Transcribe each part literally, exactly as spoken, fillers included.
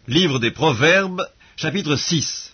Livre des Proverbes, chapitre six.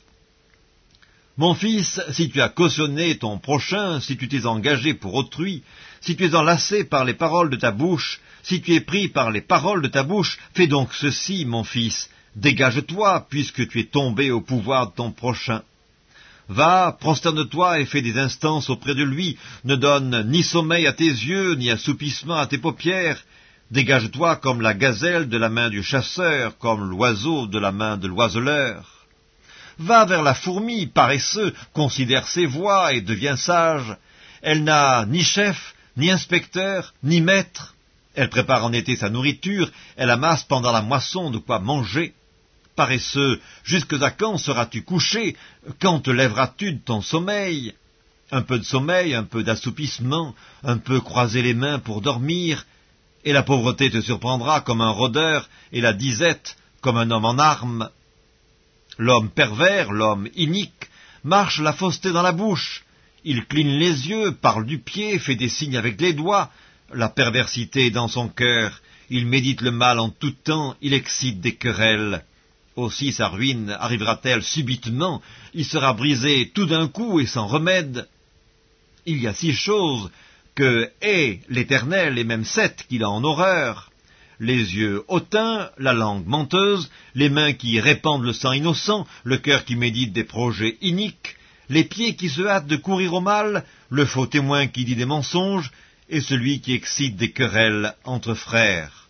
Mon fils, si tu as cautionné ton prochain, si tu t'es engagé pour autrui, si tu es enlacé par les paroles de ta bouche, si tu es pris par les paroles de ta bouche, fais donc ceci, mon fils, dégage-toi, puisque tu es tombé au pouvoir de ton prochain. Va, prosterne-toi et fais des instances auprès de lui, ne donne ni sommeil à tes yeux, ni assoupissement à tes paupières. Dégage-toi comme la gazelle de la main du chasseur, comme l'oiseau de la main de l'oiseleur. Va vers la fourmi, paresseux, considère ses voies et deviens sage. Elle n'a ni chef, ni inspecteur, ni maître. Elle prépare en été sa nourriture, elle amasse pendant la moisson de quoi manger. Paresseux, jusque à quand seras-tu couché? Quand te lèveras-tu de ton sommeil? Un peu de sommeil, un peu d'assoupissement, un peu croiser les mains pour dormir, et la pauvreté te surprendra comme un rôdeur, et la disette comme un homme en armes. L'homme pervers, l'homme inique, marche la fausseté dans la bouche. Il cligne les yeux, parle du pied, fait des signes avec les doigts. La perversité est dans son cœur. Il médite le mal en tout temps, il excite des querelles. Aussi sa ruine arrivera-t-elle subitement, il sera brisé tout d'un coup et sans remède. Il y a six choses que hait l'Éternel, et même sept qu'il a en horreur: les yeux hautains, la langue menteuse, les mains qui répandent le sang innocent, le cœur qui médite des projets iniques, les pieds qui se hâtent de courir au mal, le faux témoin qui dit des mensonges, et celui qui excite des querelles entre frères.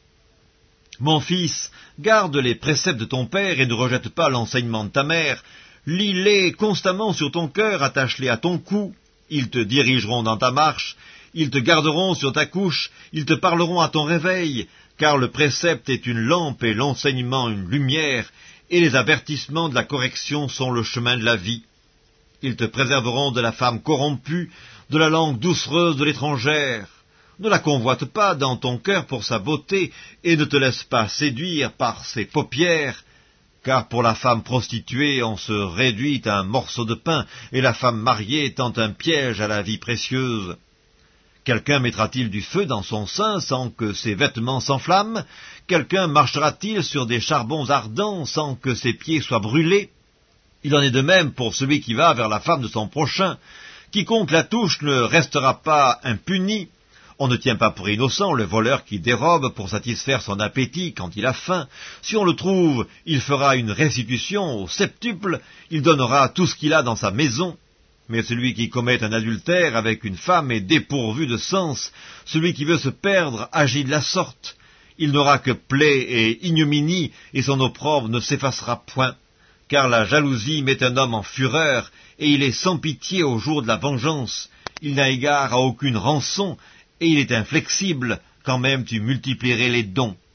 Mon fils, garde les préceptes de ton père et ne rejette pas l'enseignement de ta mère. Lis-les constamment sur ton cœur, attache-les à ton cou. Ils te dirigeront dans ta marche, ils te garderont sur ta couche, ils te parleront à ton réveil, car le précepte est une lampe et l'enseignement une lumière, et les avertissements de la correction sont le chemin de la vie. Ils te préserveront de la femme corrompue, de la langue doucereuse de l'étrangère. Ne la convoite pas dans ton cœur pour sa beauté, et ne te laisse pas séduire par ses paupières, car pour la femme prostituée on se réduit à un morceau de pain, et la femme mariée tend un piège à la vie précieuse. Quelqu'un mettra-t-il du feu dans son sein sans que ses vêtements s'enflamment? Quelqu'un marchera-t-il sur des charbons ardents sans que ses pieds soient brûlés? Il en est de même pour celui qui va vers la femme de son prochain. Quiconque la touche ne restera pas impuni. On ne tient pas pour innocent le voleur qui dérobe pour satisfaire son appétit quand il a faim. Si on le trouve, il fera une restitution au septuple, il donnera tout ce qu'il a dans sa maison. Mais celui qui commet un adultère avec une femme est dépourvu de sens. Celui qui veut se perdre agit de la sorte. Il n'aura que plaie et ignominie, et son opprobre ne s'effacera point. Car la jalousie met un homme en fureur, et il est sans pitié au jour de la vengeance. Il n'a égard à aucune rançon, et il est inflexible, quand même tu multiplierais les dons.